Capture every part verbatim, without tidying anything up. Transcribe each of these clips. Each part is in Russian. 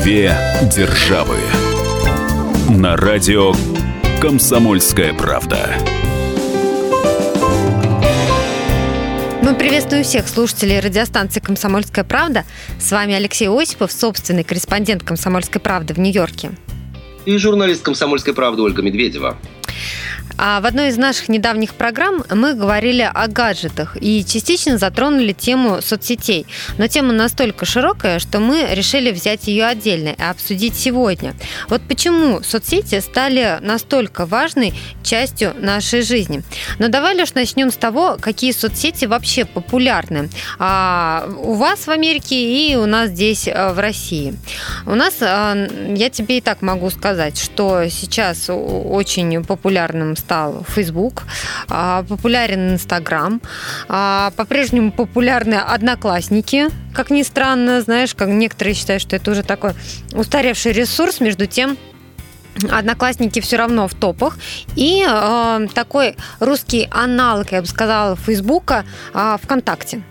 Две державы. На радио «Комсомольская правда». Мы приветствуем всех слушателей радиостанции «Комсомольская правда». С вами Алексей Осипов, собственный корреспондент «Комсомольской правды» в Нью-Йорке. И журналист «Комсомольской правды» Ольга Медведева. А в одной из наших недавних программ мы говорили о гаджетах и частично затронули тему соцсетей. Но тема настолько широкая, что мы решили взять ее отдельно и обсудить сегодня. Вот почему соцсети стали настолько важной частью нашей жизни. Но давай, Леш, начнем с того, какие соцсети вообще популярны а, у вас в Америке и у нас здесь в России. У нас, я тебе и так могу сказать, что сейчас очень популярным стал Facebook, популярен Instagram, по-прежнему популярны Одноклассники, как ни странно, знаешь, как некоторые считают, что это уже такой устаревший ресурс, между тем Одноклассники все равно в топах. И э, такой русский аналог, я бы сказала, Фейсбука, э, ВКонтакте.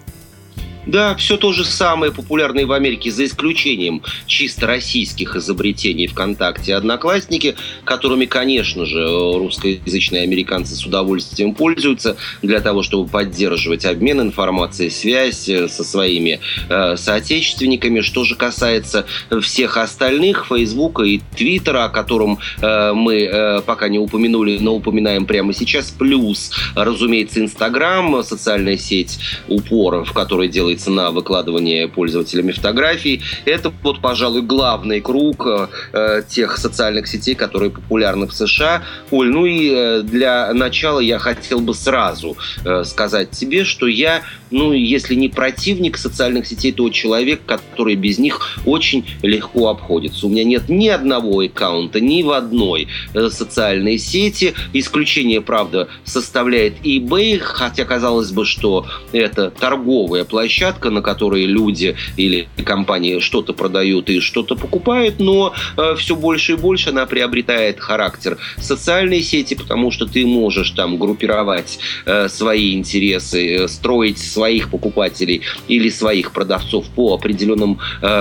Да, все то же самое популярное в Америке, за исключением чисто российских изобретений ВКонтакте и Одноклассники, которыми, конечно же, русскоязычные американцы с удовольствием пользуются для того, чтобы поддерживать обмен информацией, связь со своими э, соотечественниками. Что же касается всех остальных, Фейсбука и Твиттера, о котором э, мы э, пока не упомянули, но упоминаем прямо сейчас, плюс, разумеется, Инстаграм, социальная сеть упора, в которой делает на выкладывание пользователями фотографий. Это вот, пожалуй, главный круг э, тех социальных сетей, которые популярны в США. Оль, ну и э, для начала я хотел бы сразу э, сказать тебе, что я, ну, если не противник социальных сетей, то человек, который без них очень легко обходится. У меня нет ни одного аккаунта, ни в одной э, социальной сети. Исключение, правда, составляет eBay, хотя казалось бы, что это торговая площадка, на которой люди или компании что-то продают и что-то покупают, но э, все больше и больше она приобретает характер социальной сети, потому что ты можешь там группировать э, свои интересы, э, строить своих покупателей или своих продавцов по определенным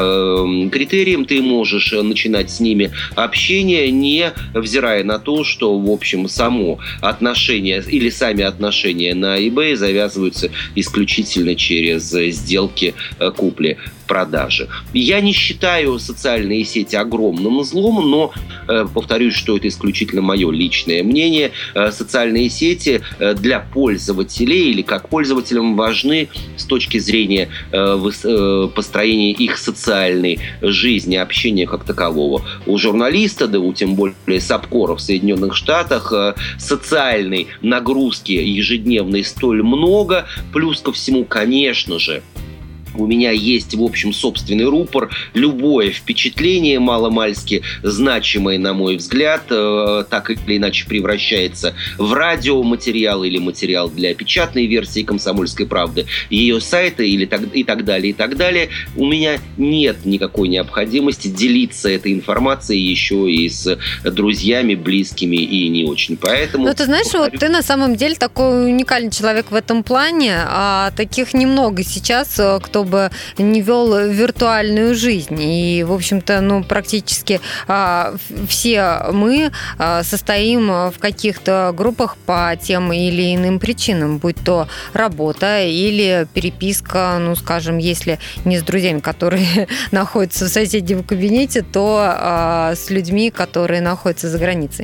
э, критериям, ты можешь начинать с ними общение, не взирая на то, что, в общем, само отношение или сами отношения на eBay завязываются исключительно через сделки купли-продажи. Я не считаю социальные сети огромным злом, но э, повторюсь, что это исключительно мое личное мнение. Э, социальные сети э, для пользователей или как пользователям важны с точки зрения э, выс- э, построения их социальной жизни, общения как такового. У журналиста, да у тем более САПКОРа в Соединенных Штатах э, социальной нагрузки ежедневной столь много, плюс ко всему, конечно же, у меня есть, в общем, собственный рупор. Любое впечатление маломальски значимое, на мой взгляд, э, так или иначе превращается в радиоматериал или материал для печатной версии «Комсомольской правды», ее сайта или так, и так далее, и так далее. У меня нет никакой необходимости делиться этой информацией еще и с друзьями, близкими и не очень. Поэтому... Ну, ты знаешь, повторю... вот ты на самом деле такой уникальный человек в этом плане. А таких немного сейчас, кто бы не вел виртуальную жизнь. И, в общем-то, ну, практически а, все мы а, состоим в каких-то группах по тем или иным причинам, будь то работа или переписка, ну, скажем, если не с друзьями, которые находятся в соседнем кабинете, то а, с людьми, которые находятся за границей.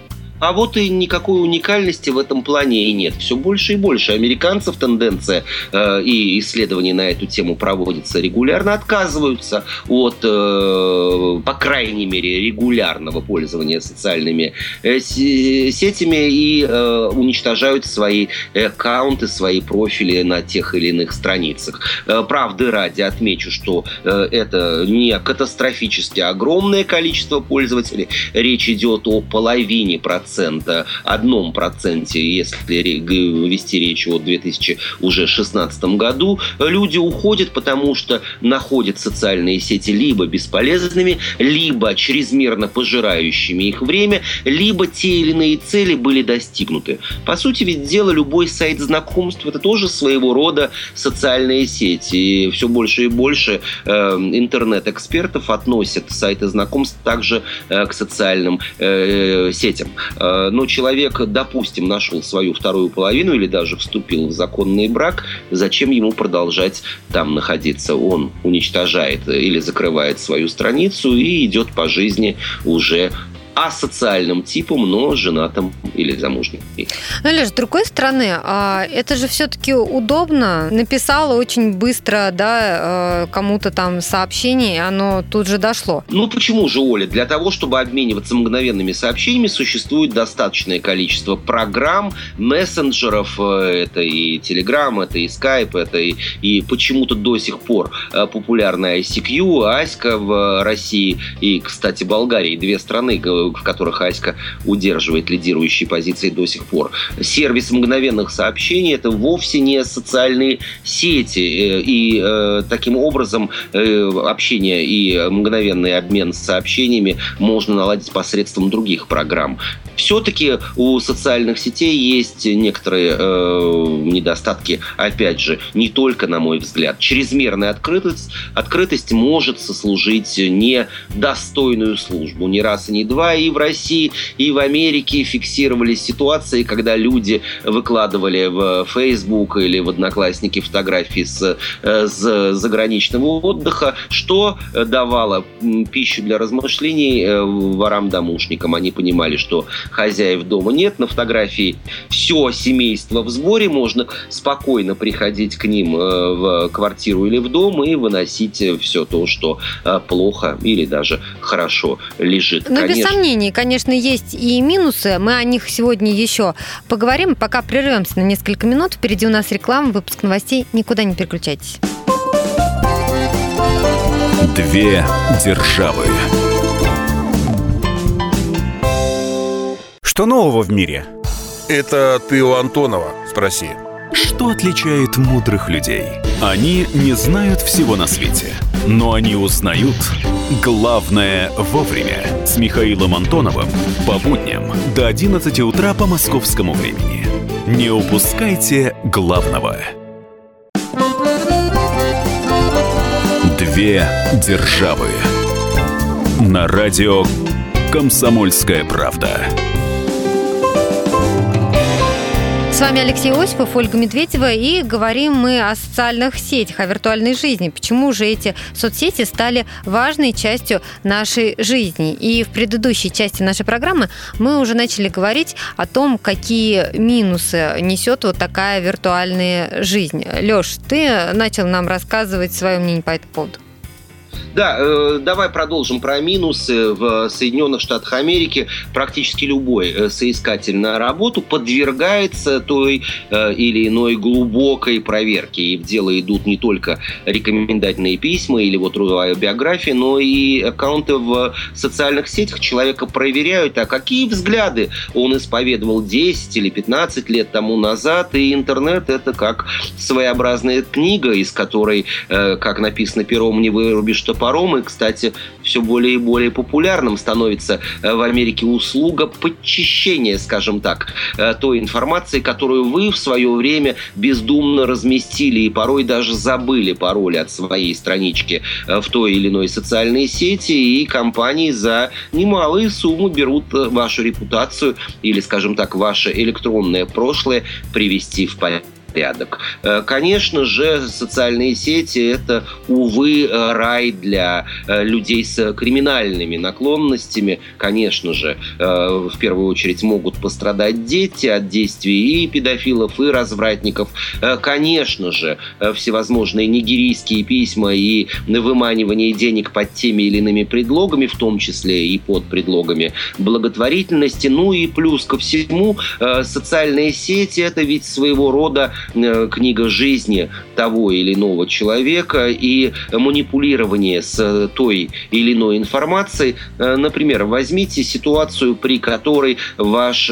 А вот и никакой уникальности в этом плане и нет. Все больше и больше американцев тенденция э, и исследования на эту тему проводятся регулярно, отказываются от, э, по крайней мере, регулярного пользования социальными э, сетями и э, уничтожают свои аккаунты, свои профили на тех или иных страницах. Э, правды ради отмечу, что э, это не катастрофически огромное количество пользователей. Речь идет о половине процентов процента, одном проценте, если вести речь о две тысячи шестнадцатом году, люди уходят, потому что находят социальные сети либо бесполезными, либо чрезмерно пожирающими их время, либо те или иные цели были достигнуты. По сути ведь дела, любой сайт знакомств – это тоже своего рода социальные сети. И все больше и больше э, интернет-экспертов относят сайты знакомств также э, к социальным э, сетям. Э, но человек, допустим, нашел свою вторую половину или даже вступил в законный брак, зачем ему продолжать там находиться? Он уничтожает или закрывает свою страницу и идет по жизни уже асоциальным типом, но женатым или замужним. Ну, Леш, с другой стороны, это же все-таки удобно. Написала очень быстро, да, кому-то там сообщение, и оно тут же дошло. Ну, почему же, Оля? Для того, чтобы обмениваться мгновенными сообщениями, существует достаточное количество программ, мессенджеров. Это и Telegram, это и Skype, это и, и почему-то до сих пор популярная ай си кью, Аська в России и, кстати, Болгарии. Две страны, в которых Аська удерживает лидирующие позиции до сих пор. Сервис мгновенных сообщений – это вовсе не социальные сети. И э, таким образом э, общение и мгновенный обмен сообщениями можно наладить посредством других программ. Все-таки у социальных сетей есть некоторые э, недостатки, опять же, не только, на мой взгляд. Чрезмерная открытость, открытость может сослужить недостойную службу. Не раз и не два. И в России, и в Америке фиксировались ситуации, когда люди выкладывали в Facebook или в Одноклассники фотографии с, с заграничного отдыха, что давало пищу для размышлений ворам-домушникам. Они понимали, что хозяев дома нет, на фотографии все семейство в сборе, можно спокойно приходить к ним в квартиру или в дом и выносить все то, что плохо или даже хорошо лежит. Но без сомнений, конечно, есть и минусы. Мы о них сегодня еще поговорим. Пока прервемся на несколько минут. Впереди у нас реклама, выпуск новостей. Никуда не переключайтесь. Две державы. Что нового в мире? Это ты у Антонова спроси. Что отличает мудрых людей? Они не знают всего на свете, но они узнают главное вовремя. С Михаилом Антоновым по будням до одиннадцати утра по московскому времени. Не упускайте главного. Две державы. На радио «Комсомольская правда». С вами Алексей Осипов, Ольга Медведева, и говорим мы о социальных сетях, о виртуальной жизни. Почему же эти соцсети стали важной частью нашей жизни? И в предыдущей части нашей программы мы уже начали говорить о том, какие минусы несет вот такая виртуальная жизнь. Лёш, ты начал нам рассказывать свое мнение по этому поводу. Да, э, давай продолжим про минусы. В Соединенных Штатах Америки практически любой соискатель на работу подвергается той э, или иной глубокой проверке. И в дело идут не только рекомендательные письма или вот трудовая биография, но и аккаунты в социальных сетях. Человека проверяют, а какие взгляды он исповедовал десять или пятнадцать лет тому назад. И интернет — это как своеобразная книга, из которой, э, как написано пером, не вырубишь топором. И, кстати, все более и более популярным становится в Америке услуга подчищения, скажем так, той информации, которую вы в свое время бездумно разместили и порой даже забыли пароль от своей странички в той или иной социальной сети, и компании за немалые суммы берут вашу репутацию или, скажем так, ваше электронное прошлое привести в порядок. порядок. Конечно же, социальные сети – это, увы, рай для людей с криминальными наклонностями. Конечно же, в первую очередь могут пострадать дети от действий и педофилов, и развратников. Конечно же, всевозможные нигерийские письма и выманивание денег под теми или иными предлогами, в том числе и под предлогами благотворительности. Ну и плюс ко всему, социальные сети – это ведь своего рода книга жизни того или иного человека и манипулирование с той или иной информацией. Например, возьмите ситуацию, при которой ваш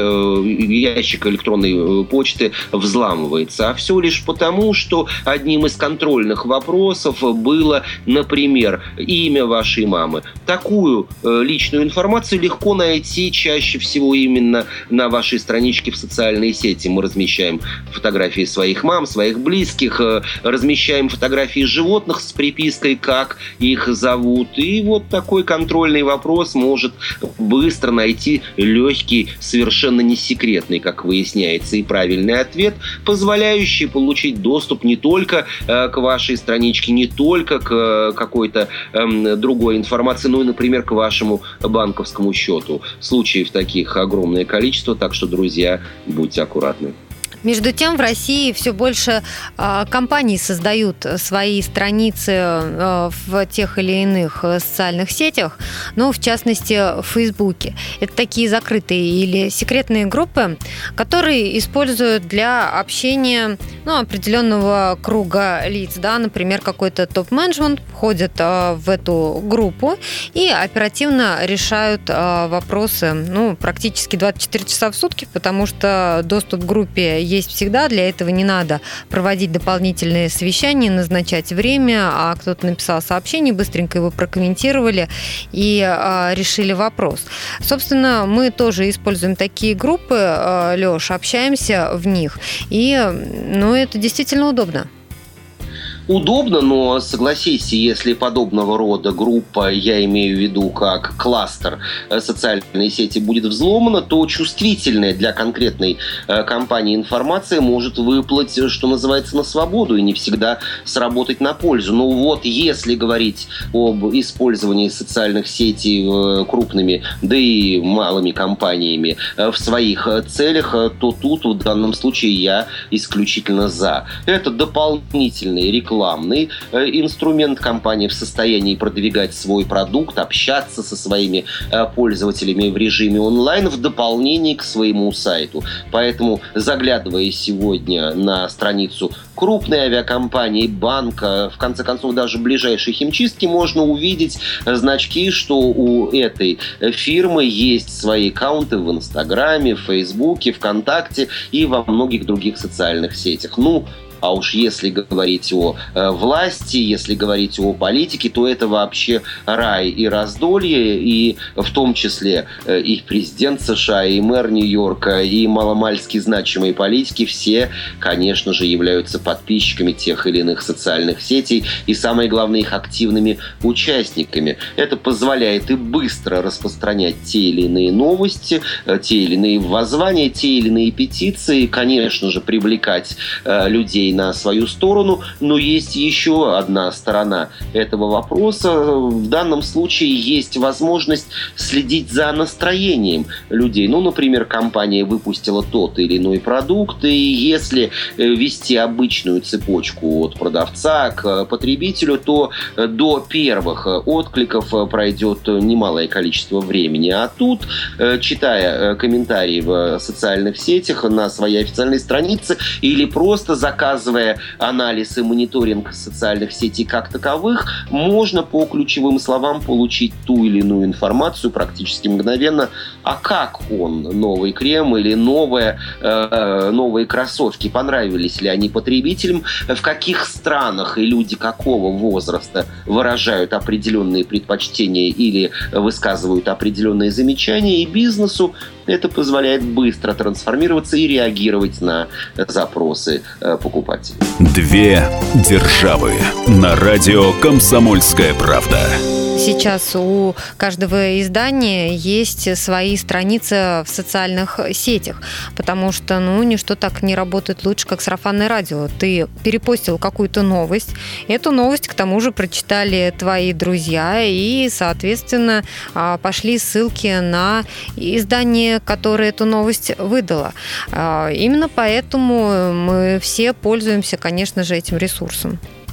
ящик электронной почты взламывается, а все лишь потому, что одним из контрольных вопросов было, например, имя вашей мамы. Такую личную информацию легко найти чаще всего именно на вашей страничке в социальной сети. Мы размещаем фотографии своих мам, своих близких, размещаем фотографии животных с припиской, как их зовут. И вот такой контрольный вопрос может быстро найти легкий, совершенно не секретный, как выясняется, и правильный ответ, позволяющий получить доступ не только к вашей страничке, не только к какой-то э, другой информации, но и, например, к вашему банковскому счету. Случаев таких огромное количество, так что, друзья, будьте аккуратны. Между тем, в России все больше э, компаний создают свои страницы э, в тех или иных социальных сетях, ну, в частности, в Фейсбуке. Это такие закрытые или секретные группы, которые используют для общения, ну, определенного круга лиц. Да? Например, какой-то топ-менеджмент входит э, в эту группу и оперативно решают э, вопросы, ну, практически двадцать четыре часа в сутки, потому что доступ к группе есть всегда, для этого не надо проводить дополнительные совещания, назначать время, а кто-то написал сообщение, быстренько его прокомментировали и а, решили вопрос. Собственно, мы тоже используем такие группы, а, Лёш, общаемся в них, и, ну, это действительно удобно. Удобно, но согласись, если подобного рода группа, я имею в виду как кластер социальной сети, будет взломана, то чувствительная для конкретной компании информация может выплыть, что называется, на свободу и не всегда сработать на пользу. Но вот если говорить об использовании социальных сетей крупными, да и малыми компаниями в своих целях, то тут в данном случае я исключительно за. Это дополнительные рекламы, рекламный инструмент. Компания в состоянии продвигать свой продукт, общаться со своими пользователями в режиме онлайн в дополнение к своему сайту. Поэтому, заглядывая сегодня на страницу крупной авиакомпании, банка, в конце концов, даже ближайшей химчистки, можно увидеть значки, что у этой фирмы есть свои аккаунты в Инстаграме, в Фейсбуке, ВКонтакте и во многих других социальных сетях. Ну, а уж если говорить о э, власти, если говорить о политике, то это вообще рай и раздолье, и в том числе э, и президент США, и мэр Нью-Йорка, и маломальски значимые политики, все, конечно же, являются подписчиками тех или иных социальных сетей и, самое главное, их активными участниками. Это позволяет и быстро распространять те или иные новости, э, те или иные воззвания, те или иные петиции, конечно же, привлекать э, людей на свою сторону, но есть еще одна сторона этого вопроса. В данном случае есть возможность следить за настроением людей. Ну, например, компания выпустила тот или иной продукт, и если вести обычную цепочку от продавца к потребителю, то до первых откликов пройдет немалое количество времени. А тут, читая комментарии в социальных сетях на своей официальной странице или просто заказывая анализ и мониторинг социальных сетей как таковых, можно по ключевым словам получить ту или иную информацию практически мгновенно. А как он, новый крем или новые, э, новые кроссовки, понравились ли они потребителям, в каких странах и люди какого возраста выражают определенные предпочтения или высказывают определенные замечания, и бизнесу это позволяет быстро трансформироваться и реагировать на запросы покупателей. Две державы на радио «Комсомольская правда». Сейчас у каждого издания есть свои страницы в социальных сетях, потому что, ну, ничто так не работает лучше, как сарафанное радио. Ты перепостил какую-то новость, эту новость, к тому же, прочитали твои друзья, и, соответственно, пошли ссылки на издание, которое эту новость выдало. Именно поэтому мы все пользуемся, конечно же, этим ресурсом.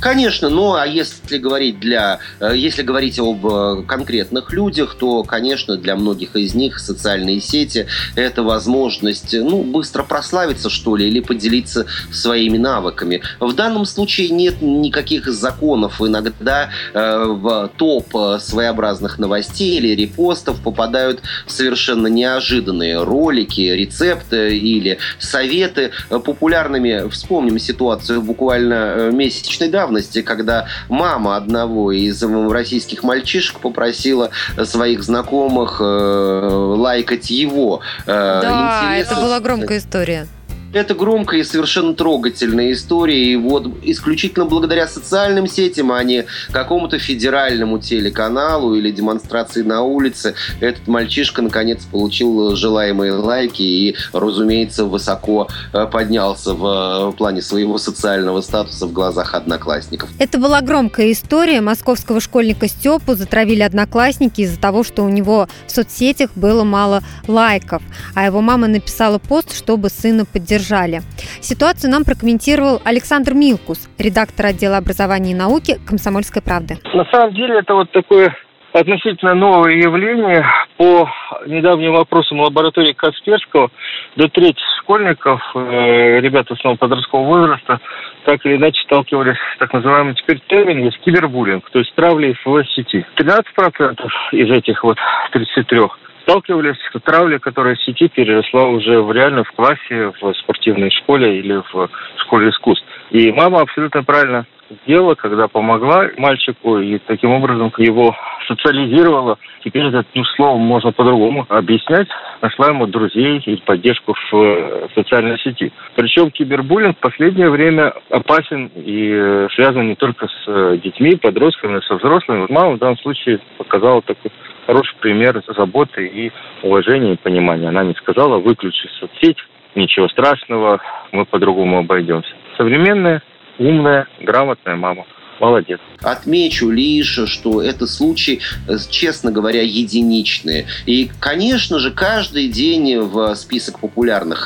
Конечно, ну а если говорить для, если говорить об конкретных людях, то, конечно, для многих из них социальные сети – это возможность, ну, быстро прославиться, что ли, или поделиться своими навыками. В данном случае нет никаких законов. Иногда э, в топ своеобразных новостей или репостов попадают совершенно неожиданные ролики, рецепты или советы. Популярными, вспомним ситуацию буквально месячной давности, когда мама одного из российских мальчишек попросила своих знакомых э, лайкать его э, Да, интересы. это была громкая история. Это громкая и совершенно трогательная история. И вот исключительно благодаря социальным сетям, а не какому-то федеральному телеканалу или демонстрации на улице, этот мальчишка наконец получил желаемые лайки и, разумеется, высоко поднялся в плане своего социального статуса в глазах одноклассников. Это была громкая история. Московского школьника Степу затравили одноклассники из-за того, что у него в соцсетях было мало лайков, а его мама написала пост, чтобы сына поддержать. Ситуацию нам прокомментировал Александр Милкус, редактор отдела образования и науки «Комсомольской правды». На самом деле это вот такое относительно новое явление. По недавним вопросам лаборатории Касперского до трети школьников, э, ребят в основном подросткового возраста, так или иначе сталкивались с так называемым теперь термином есть кибербуллинг, то есть травлей в сети. тринадцать процентов из этих вот тридцати трёх сталкивались с травлей, которая в сети переросла уже в реально в классе, в спортивной школе или в школе искусств. И мама абсолютно правильно сделала, когда помогла мальчику и таким образом его социализировала. Теперь это ну, слово можно по-другому объяснять. Нашла ему друзей и поддержку в социальной сети. Причем кибербуллинг в последнее время опасен и связан не только с детьми, подростками, со взрослыми. Мама в данном случае показала такой хороший пример заботы и уважения и понимания. Она не сказала: выключи соцсеть, ничего страшного, мы по-другому обойдемся. Современная, умная, грамотная мама. Молодец. Отмечу лишь, что это случаи, честно говоря, единичные. И, конечно же, каждый день в список популярных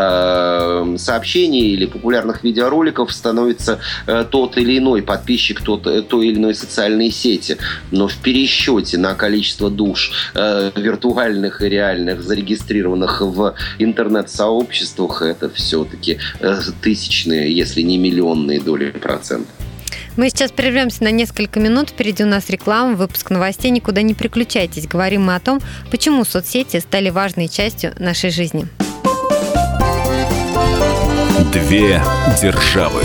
э, сообщений или популярных видеороликов становится э, тот или иной подписчик тот, той или иной социальной сети. Но в пересчете на количество душ э, виртуальных и реальных, зарегистрированных в интернет-сообществах, это все-таки э, тысячные, если не миллионные доли процентов. Мы сейчас прервемся на несколько минут. Впереди у нас реклама, выпуск новостей. Никуда не переключайтесь. Говорим мы о том, почему соцсети стали важной частью нашей жизни. Две державы.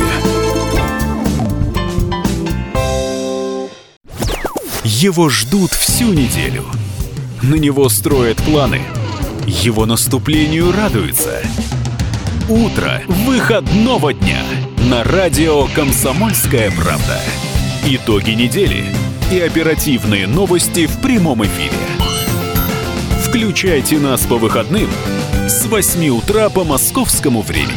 Его ждут всю неделю. На него строят планы. Его наступлению радуются. Утро выходного дня. На радио «Комсомольская правда». Итоги недели и оперативные новости в прямом эфире. Включайте нас по выходным с восьми утра по московскому времени.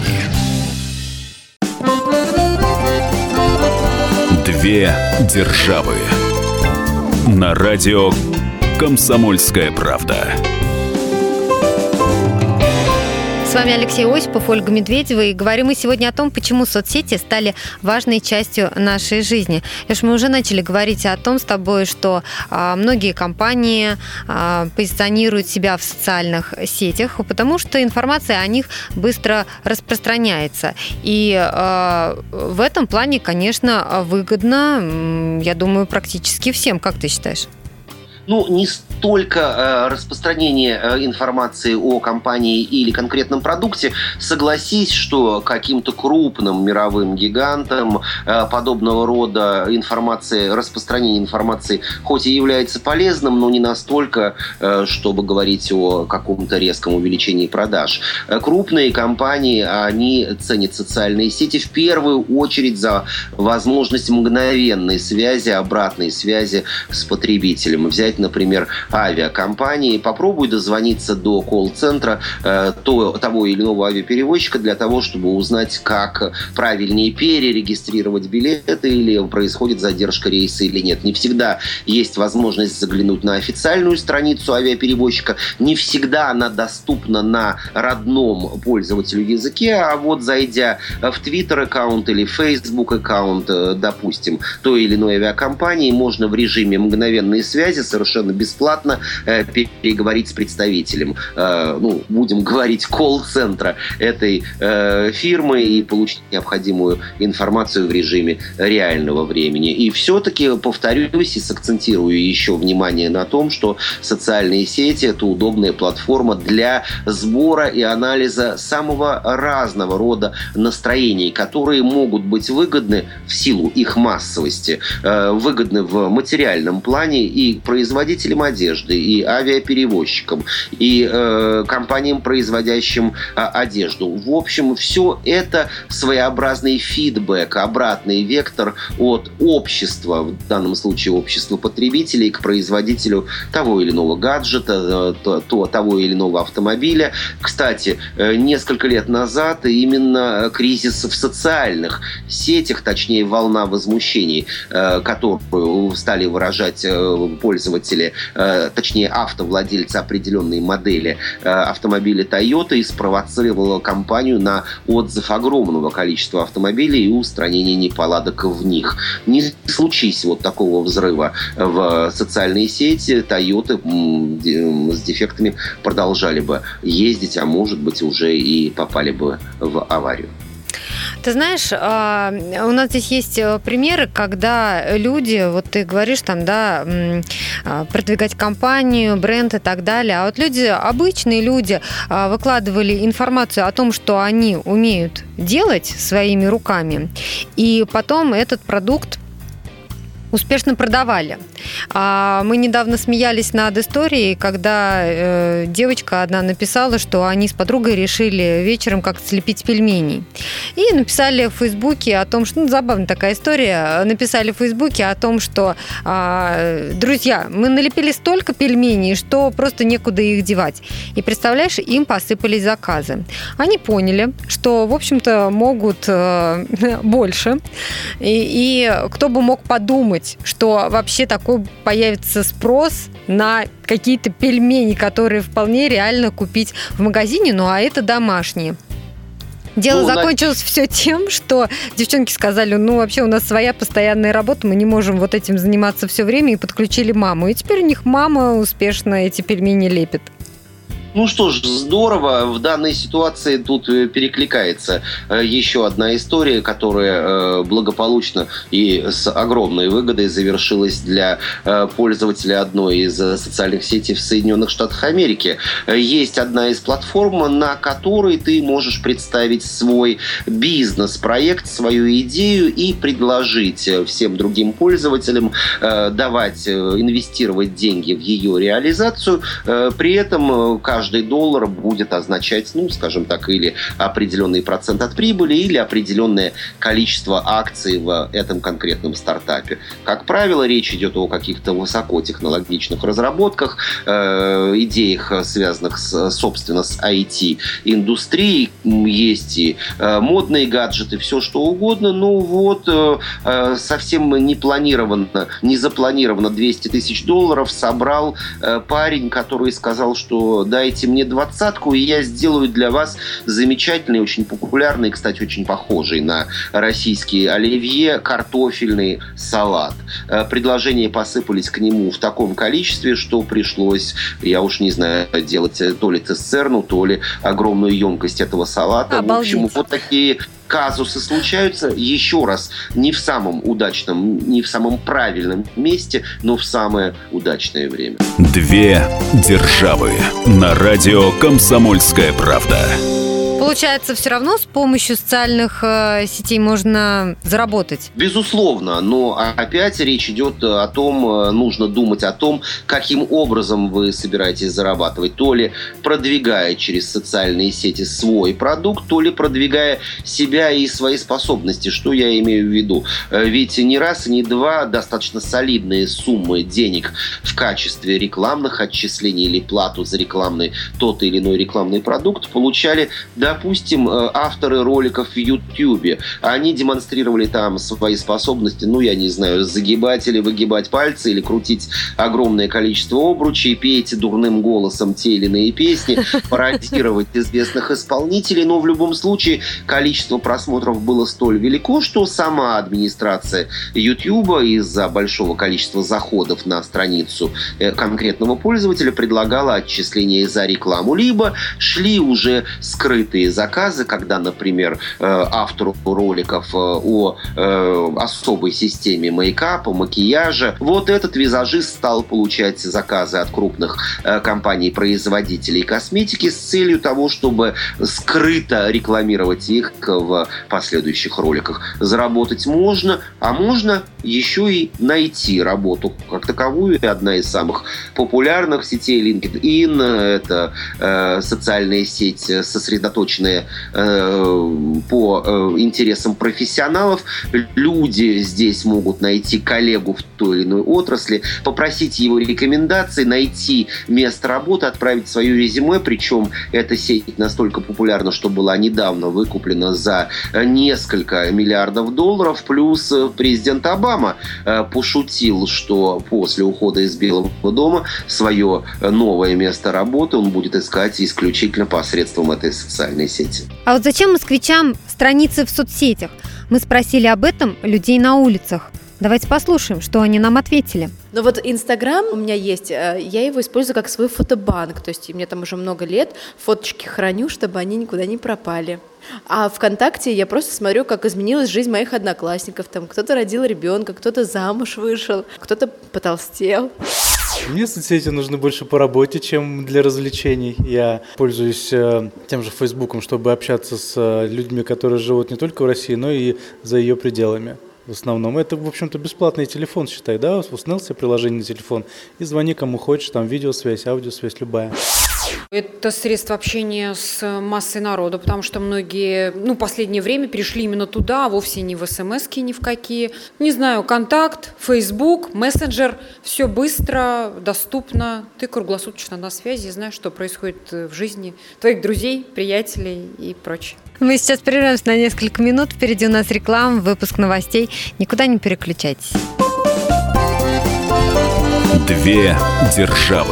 Две державы. На радио «Комсомольская правда». С вами Алексей Осипов, Ольга Медведева, и говорим мы сегодня о том, почему соцсети стали важной частью нашей жизни. Леш, мы уже начали говорить о том с тобой, что а, многие компании а, позиционируют себя в социальных сетях, потому что информация о них быстро распространяется. И а, в этом плане, конечно, выгодно, я думаю, практически всем. Как ты считаешь? Ну, не столько э, распространение э, информации о компании или конкретном продукте. Согласись, что каким-то крупным мировым гигантам э, подобного рода информация, распространение информации хоть и является полезным, но не настолько, э, чтобы говорить о каком-то резком увеличении продаж. Э, крупные компании, они ценят социальные сети в первую очередь за возможность мгновенной связи, обратной связи с потребителем. Взять взять, например, авиакомпании, попробуй дозвониться до колл-центра э, то, того или иного авиаперевозчика для того, чтобы узнать, как правильнее перерегистрировать билеты или происходит задержка рейса или нет. Не всегда есть возможность заглянуть на официальную страницу авиаперевозчика, не всегда она доступна на родном пользователю языке, а вот зайдя в Twitter-аккаунт или Facebook-аккаунт, допустим, той или иной авиакомпании, можно в режиме мгновенной связи совершенно бесплатно переговорить с представителем, ну, будем говорить, колл-центра этой фирмы и получить необходимую информацию в режиме реального времени. И все-таки повторюсь и сакцентирую еще внимание на том, что социальные сети – это удобная платформа для сбора и анализа самого разного рода настроений, которые могут быть выгодны в силу их массовости, выгодны в материальном плане и производителям одежды, и авиаперевозчикам, и э, компаниям, производящим э, одежду. В общем, все это своеобразный фидбэк, обратный вектор от общества, в данном случае общества потребителей, к производителю того или иного гаджета, то, то, того или иного автомобиля. Кстати, несколько лет назад именно кризис в социальных сетях, точнее волна возмущений, которую стали выражать пользователи, точнее автовладельцы определенной модели автомобиля Toyota, и спровоцировала компанию на отзыв огромного количества автомобилей и устранение неполадок в них. Не случись вот такого взрыва в социальные сети, Toyota с дефектами продолжали бы ездить, а может быть уже и попали бы в аварию. Ты знаешь, у нас здесь есть примеры, когда люди, вот ты говоришь там, да, продвигать компанию, бренд и так далее, а вот люди, обычные люди, выкладывали информацию о том, что они умеют делать своими руками, и потом этот продукт успешно продавали. Мы недавно смеялись над историей, когда девочка одна написала, что они с подругой решили вечером как слепить пельменей. И написали в Фейсбуке о том, что... Ну, забавная такая история. Написали в Фейсбуке о том, что друзья, мы налепили столько пельменей, что просто некуда их девать. И, представляешь, им посыпались заказы. Они поняли, что, в общем-то, могут больше. И, и кто бы мог подумать, что вообще такой появится спрос на какие-то пельмени, которые вполне реально купить в магазине, ну а это домашние. Дело ну, закончилось на... все тем, что девчонки сказали, ну вообще у нас своя постоянная работа, мы не можем вот этим заниматься все время, и подключили маму. И теперь у них мама успешно эти пельмени лепит. Ну что ж, здорово. В данной ситуации тут перекликается еще одна история, которая благополучно и с огромной выгодой завершилась для пользователя одной из социальных сетей в Соединенных Штатах Америки. Есть одна из платформ, на которой ты можешь представить свой бизнес-проект, свою идею и предложить всем другим пользователям давать, инвестировать деньги в ее реализацию. При этом каждый Каждый доллар будет означать, ну, скажем так, или определенный процент от прибыли, или определенное количество акций в этом конкретном стартапе. Как правило, речь идет о каких-то высокотехнологичных разработках, э, идеях, связанных, с, собственно, с ай ти-индустрией. Есть и э, модные гаджеты, все что угодно. Ну вот, э, совсем не планировано, не запланировано двести тысяч долларов собрал э, парень, который сказал, что дайте мне двадцатку, и я сделаю для вас замечательный, очень популярный, кстати, очень похожий на российский оливье, картофельный салат. Предложения посыпались к нему в таком количестве, что пришлось, я уж не знаю, делать то ли цистерну, то ли огромную емкость этого салата. Обалдеть. В общем, вот такие казусы случаются, еще раз, не в самом удачном, не в самом правильном месте, но в самое удачное время. Две державы на радио «Комсомольская правда». получается, все равно с помощью социальных э, сетей можно заработать? Безусловно, но опять речь идет о том, нужно думать о том, каким образом вы собираетесь зарабатывать. То ли продвигая через социальные сети свой продукт, то ли продвигая себя и свои способности. Что я имею в виду? Ведь не раз и не два достаточно солидные суммы денег в качестве рекламных отчислений или плату за рекламный тот или иной рекламный продукт получали, допустим, авторы роликов в Ютьюбе. Они демонстрировали там свои способности, ну, я не знаю, загибать или выгибать пальцы, или крутить огромное количество обручей, петь дурным голосом те или иные песни, пародировать известных исполнителей, но в любом случае количество просмотров было столь велико, что сама администрация Ютьюба из-за большого количества заходов на страницу конкретного пользователя предлагала отчисления за рекламу. Либо шли уже скрытые заказы, когда, например, автору роликов о особой системе мейкапа, макияжа, вот этот визажист стал получать заказы от крупных компаний-производителей косметики с целью того, чтобы скрыто рекламировать их в последующих роликах. Заработать можно, а можно еще и найти работу как таковую. Одна из самых популярных сетей LinkedIn – это э, социальная сеть, сосредоточенная э, по э, интересам профессионалов. Люди здесь могут найти коллегу в той или иной отрасли, попросить его рекомендаций, найти место работы, отправить свое резюме. Причем эта сеть настолько популярна, что была недавно выкуплена за несколько миллиардов долларов. Плюс президент Обама э, пошутил, что после ухода из Белого дома свое новое место работы он будет искать исключительно посредством этой социальной сети. А вот зачем москвичам страницы в соцсетях? Мы спросили об этом людей на улицах. Давайте послушаем, что они нам ответили. Ну вот Инстаграм у меня есть, я его использую как свой фотобанк, то есть мне там уже много лет, фоточки храню, чтобы они никуда не пропали. А ВКонтакте я просто смотрю, как изменилась жизнь моих одноклассников. Там кто-то родил ребенка, кто-то замуж вышел, кто-то потолстел. Мне соцсети нужны больше по работе, чем для развлечений. Я пользуюсь э, тем же Фейсбуком, чтобы общаться с э, людьми, которые живут не только в России, но и за ее пределами. В основном. Это, в общем-то, бесплатный телефон, считай, да? Установил себе приложение на телефон и звони кому хочешь, там видеосвязь, аудиосвязь, любая. Это средство общения с массой народа, потому что многие, ну, в последнее время перешли именно туда, а вовсе не в смс-ки ни в какие. Не знаю, контакт, Facebook, мессенджер, все быстро, доступно. Ты круглосуточно на связи, знаешь, что происходит в жизни твоих друзей, приятелей и прочее. Мы сейчас прервемся на несколько минут. Впереди у нас реклама, выпуск новостей. Никуда не переключайтесь. Две державы.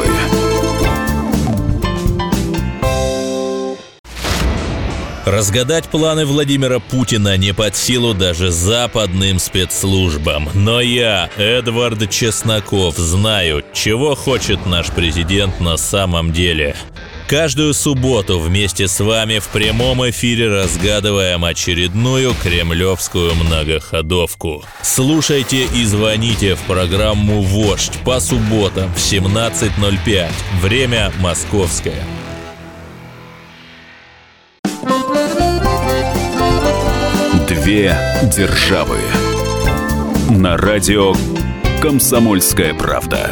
Разгадать планы Владимира Путина не под силу даже западным спецслужбам. Но я, Эдвард Чесноков, знаю, чего хочет наш президент на самом деле. Каждую субботу вместе с вами в прямом эфире разгадываем очередную кремлевскую многоходовку. Слушайте и звоните в программу «Вождь» по субботам в семнадцать ноль пять. Время московское. Две державы. На радио «Комсомольская правда».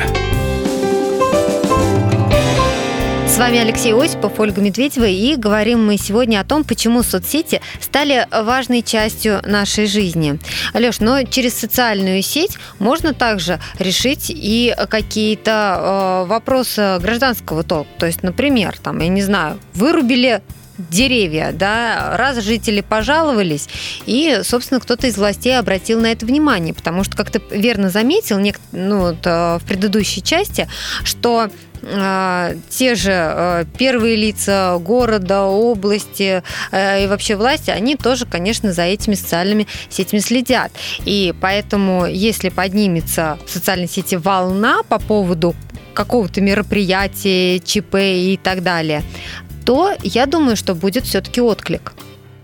С вами Алексей Осипов, Ольга Медведева, и говорим мы сегодня о том, почему соцсети стали важной частью нашей жизни. Алёш, но через социальную сеть можно также решить и какие-то э, вопросы гражданского толка. То есть, например, там, я не знаю, вырубили деревья, да, раз жители пожаловались, и, собственно, кто-то из властей обратил на это внимание, потому что, как ты верно заметил, нек- ну, вот, в предыдущей части, что э, те же э, первые лица города, области э, и вообще власти, они тоже, конечно, за этими социальными сетями следят. И поэтому, если поднимется в социальной сети волна по поводу какого-то мероприятия, ЧП и так далее, то я думаю, что будет все-таки отклик.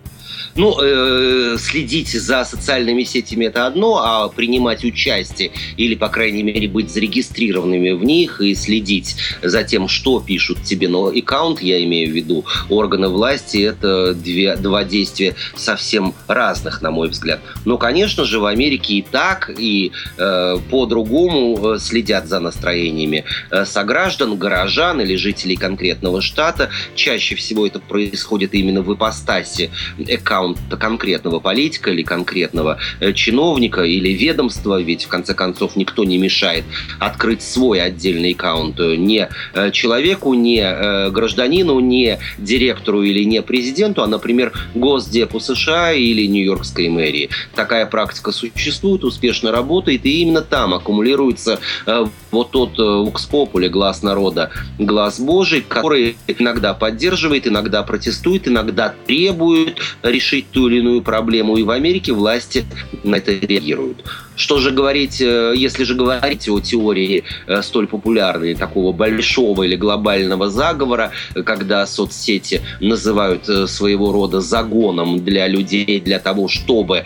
Ну, э, следить за социальными сетями – это одно, а принимать участие или, по крайней мере, быть зарегистрированными в них и следить за тем, что пишут тебе на аккаунт, я имею в виду органы власти, это две, два действия совсем разных, на мой взгляд. Но, конечно же, в Америке и так, и э, по-другому следят за настроениями э, сограждан, горожан или жителей конкретного штата. Чаще всего это происходит именно в ипостаси аккаунта конкретного политика или конкретного э, чиновника или ведомства, ведь в конце концов никто не мешает открыть свой отдельный аккаунт не э, человеку, не э, гражданину, не директору или не президенту, а, например, Госдепу США или Нью-Йоркской мэрии. Такая практика существует, успешно работает, и именно там аккумулируется э, вот тот Vox Populi, глаз народа, глаз Божий, который иногда поддерживает, иногда протестует, иногда требует решить ту или иную проблему, и в Америке власти на это реагируют. Что же говорить, если же говорить о теории столь популярной, такого большого или глобального заговора, когда соцсети называют своего рода загоном для людей, для того, чтобы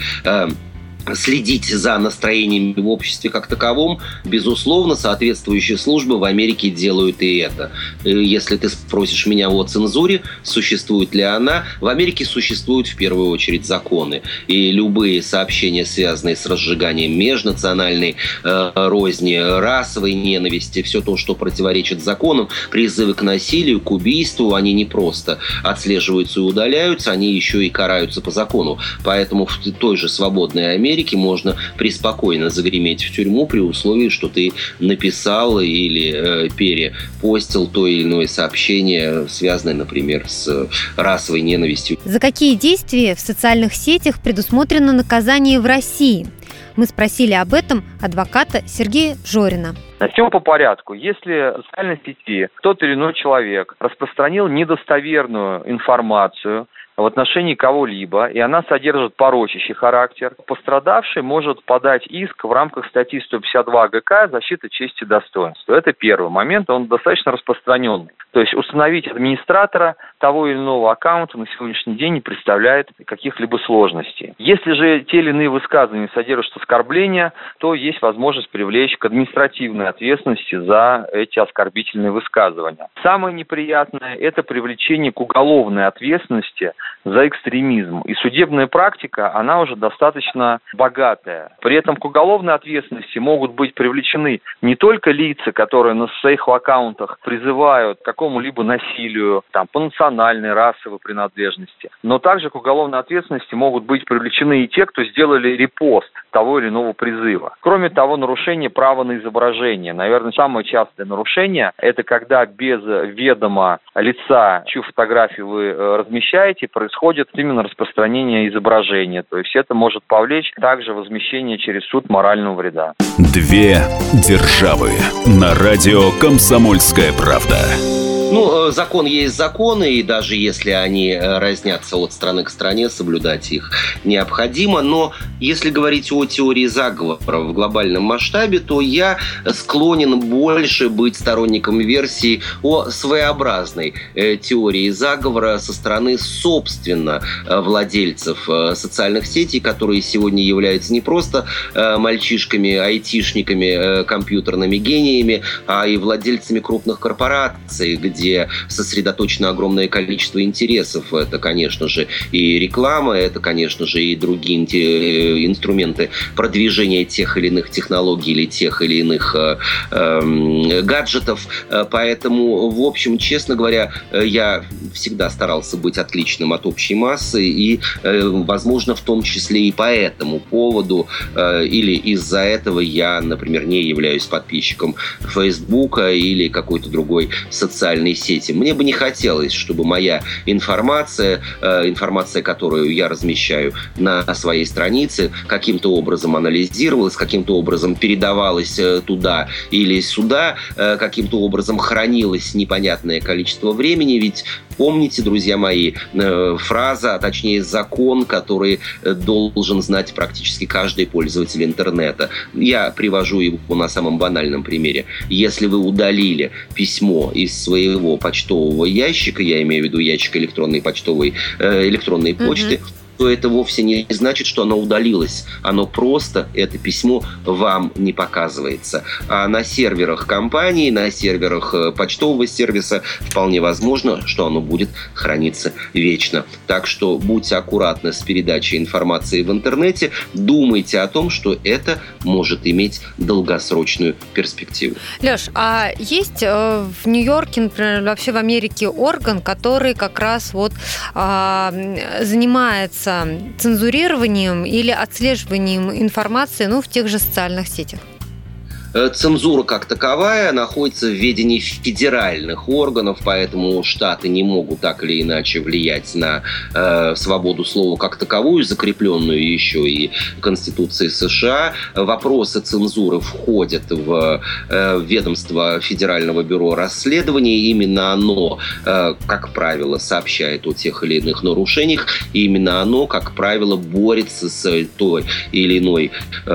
следить за настроениями в обществе как таковом, безусловно, соответствующие службы в Америке делают и это. Если ты спросишь меня о цензуре, существует ли она, в Америке существуют в первую очередь законы. И любые сообщения, связанные с разжиганием межнациональной э, розни, расовой ненависти, все то, что противоречит законам, призывы к насилию, к убийству, они не просто отслеживаются и удаляются, они еще и караются по закону. Поэтому в той же свободной Америке Америке можно преспокойно загреметь в тюрьму при условии, что ты написал или э, перепостил то или иное сообщение, связанное, например, с расовой ненавистью. За какие действия в социальных сетях предусмотрено наказание в России? Мы спросили об этом адвоката Сергея Жорина. Начнем по порядку. Если в социальной сети тот или иной человек распространил недостоверную информацию в отношении кого-либо, и она содержит порочащий характер, пострадавший может подать иск в рамках статьи сто пятьдесят два ГК «Защита чести и достоинства». Это первый момент, он достаточно распространенный. То есть установить администратора того или иного аккаунта на сегодняшний день не представляет каких-либо сложностей. Если же те или иные высказывания содержат оскорбления, то есть возможность привлечь к административной ответственности за эти оскорбительные высказывания. Самое неприятное – это привлечение к уголовной ответственности за экстремизм. И судебная практика, она уже достаточно богатая. При этом к уголовной ответственности могут быть привлечены не только лица, которые на своих аккаунтах призывают к какому-либо насилию, там, по национальной, расовой принадлежности, но также к уголовной ответственности могут быть привлечены и те, кто сделали репост того или иного призыва. Кроме того, нарушение права на изображение. Наверное, самое частое нарушение – это когда без ведома лица, чью фотографию вы размещаете, происходит именно распространение изображения. То есть это может повлечь также возмещение через суд морального вреда. Две державы на радио «Комсомольская правда». Ну, закон есть закон, и даже если они разнятся от страны к стране, соблюдать их необходимо. Но если говорить о теории заговора в глобальном масштабе, то я склонен больше быть сторонником версии о своеобразной теории заговора со стороны, собственно, владельцев социальных сетей, которые сегодня являются не просто мальчишками, айтишниками, компьютерными гениями, а и владельцами крупных корпораций, где где сосредоточено огромное количество интересов. Это, конечно же, и реклама, это, конечно же, и другие инструменты продвижения тех или иных технологий или тех или иных э, э, гаджетов. Поэтому, в общем, честно говоря, я всегда старался быть отличным от общей массы, и, э, возможно, в том числе и по этому поводу э, или из-за этого я, например, не являюсь подписчиком Фейсбука или какой-то другой социальной сети. Мне бы не хотелось, чтобы моя информация, э, информация, которую я размещаю на своей странице, каким-то образом анализировалась, каким-то образом передавалась э, туда или сюда, э, каким-то образом хранилась непонятное количество времени. Ведь помните, друзья мои, э, фраза, а точнее закон, который должен знать практически каждый пользователь интернета. Я привожу его на самом банальном примере. Если вы удалили письмо из своего почтового ящика, я имею в виду ящик электронной почтовой, э, электронной почты, mm-hmm. то это вовсе не значит, что оно удалилось. Оно просто, это письмо, вам не показывается. А на серверах компании, на серверах почтового сервиса вполне возможно, что оно будет храниться вечно. Так что будьте аккуратны с передачей информации в интернете, думайте о том, что это может иметь долгосрочную перспективу. Лёш, а есть э, в Нью-Йорке, например, вообще в Америке орган, который как раз вот э, занимается цензурированием или отслеживанием информации, ну, в тех же социальных сетях? Цензура как таковая находится в ведении федеральных органов, поэтому штаты не могут так или иначе влиять на э, свободу слова как таковую, закрепленную еще и Конституцией США. Вопросы цензуры входят в э, ведомство Федерального бюро расследований. Именно оно, э, как правило, сообщает о тех или иных нарушениях. И именно оно, как правило, борется с той или иной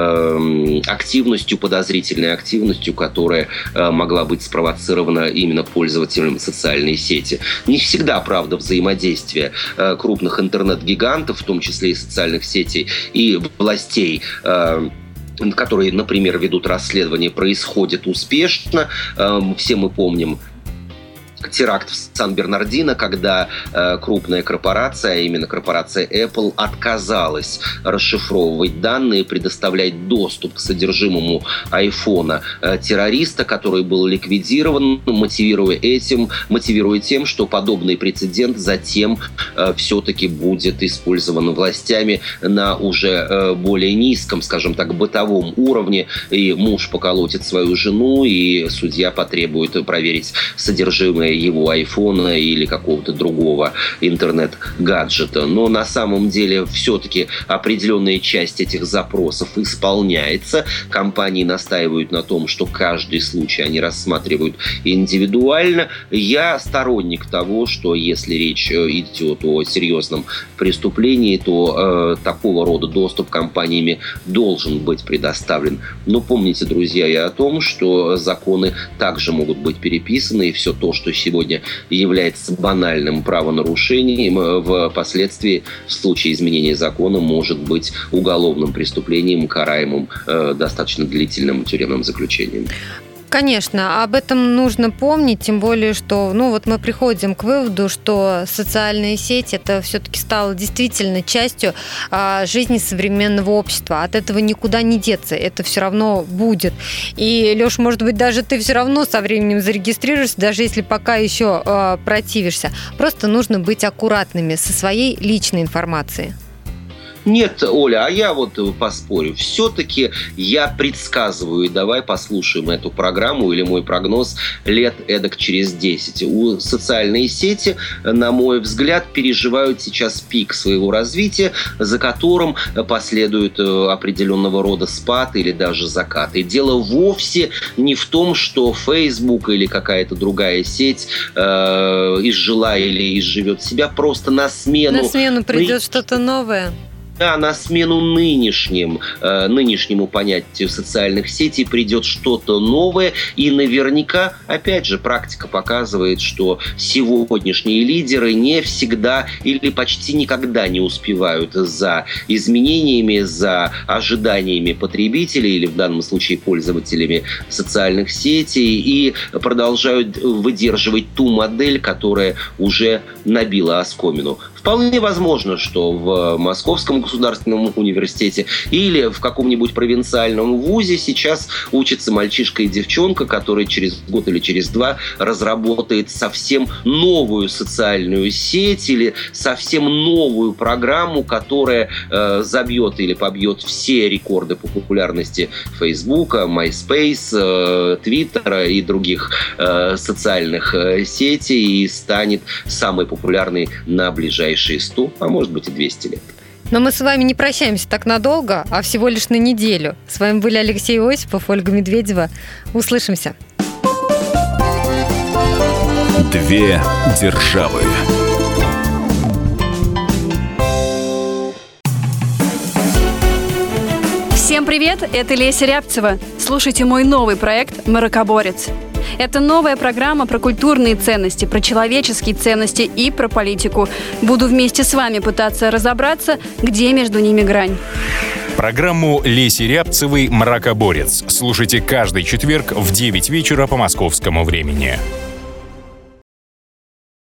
э, активностью, подозрительной активностью, которая э, могла быть спровоцирована именно пользователям социальной сети. Не всегда, правда, взаимодействие э, крупных интернет-гигантов, в том числе и социальных сетей, и властей, э, которые, например, ведут расследование, происходит успешно. Э, все мы помним теракт в Сан-Бернардино, когда э, крупная корпорация, а именно корпорация Apple, отказалась расшифровывать данные, предоставлять доступ к содержимому айфона э, террориста, который был ликвидирован, мотивируя этим, мотивируя тем, что подобный прецедент затем э, все-таки будет использован властями на уже э, более низком, скажем так, бытовом уровне, и муж поколотит свою жену, и судья потребует проверить содержимое его айфона или какого-то другого интернет-гаджета. Но на самом деле все-таки определенная часть этих запросов исполняется. Компании настаивают на том, что каждый случай они рассматривают индивидуально. Я сторонник того, что если речь идет о серьезном преступлении, то э, такого рода доступ компаниями должен быть предоставлен. Но помните, друзья, и о том, что законы также могут быть переписаны, и все то, что сегодня является банальным правонарушением, впоследствии в случае изменения закона может быть уголовным преступлением, караемым э, достаточно длительным тюремным заключением. Конечно, об этом нужно помнить, тем более, что, ну, вот мы приходим к выводу, что социальные сети это все-таки стало действительно частью а, жизни современного общества. От этого никуда не деться, это все равно будет. И, Леш, может быть, даже ты все равно со временем зарегистрируешься, даже если пока еще а, противишься. Просто нужно быть аккуратными со своей личной информацией. Нет, Оля, а я вот поспорю. Все-таки я предсказываю, и давай послушаем эту программу или мой прогноз лет эдак через десять. У социальные сети, на мой взгляд, переживают сейчас пик своего развития, за которым последует определенного рода спад или даже закат. И дело вовсе не в том, что Facebook или какая-то другая сеть э, изжила или изживет себя, просто на смену... На смену придет что-то новое. Да, на смену нынешним, э, нынешнему понятию социальных сетей придет что-то новое, и наверняка, опять же, практика показывает, что сегодняшние лидеры не всегда или почти никогда не успевают за изменениями, за ожиданиями потребителей или в данном случае пользователями социальных сетей и продолжают выдерживать ту модель, которая уже набила оскомину. Вполне возможно, что в Московском государственном университете или в каком-нибудь провинциальном вузе сейчас учится мальчишка и девчонка, который через год или через два разработает совсем новую социальную сеть или совсем новую программу, которая э, забьет или побьет все рекорды по популярности Фейсбука, MySpace, э, Твиттера и других э, социальных э, сетей и станет самой популярной на ближайшие сто, а может быть и двести лет. Но мы с вами не прощаемся так надолго, а всего лишь на неделю. С вами были Алексей Осипов, Ольга Медведева. Услышимся. Две державы. Всем привет, это Леся Рябцева. Слушайте мой новый проект «Маракоборец». Это новая программа про культурные ценности, про человеческие ценности и про политику. Буду вместе с вами пытаться разобраться, где между ними грань. Программу Леси Рябцевой «Мракоборец» слушайте каждый четверг в девять вечера по московскому времени.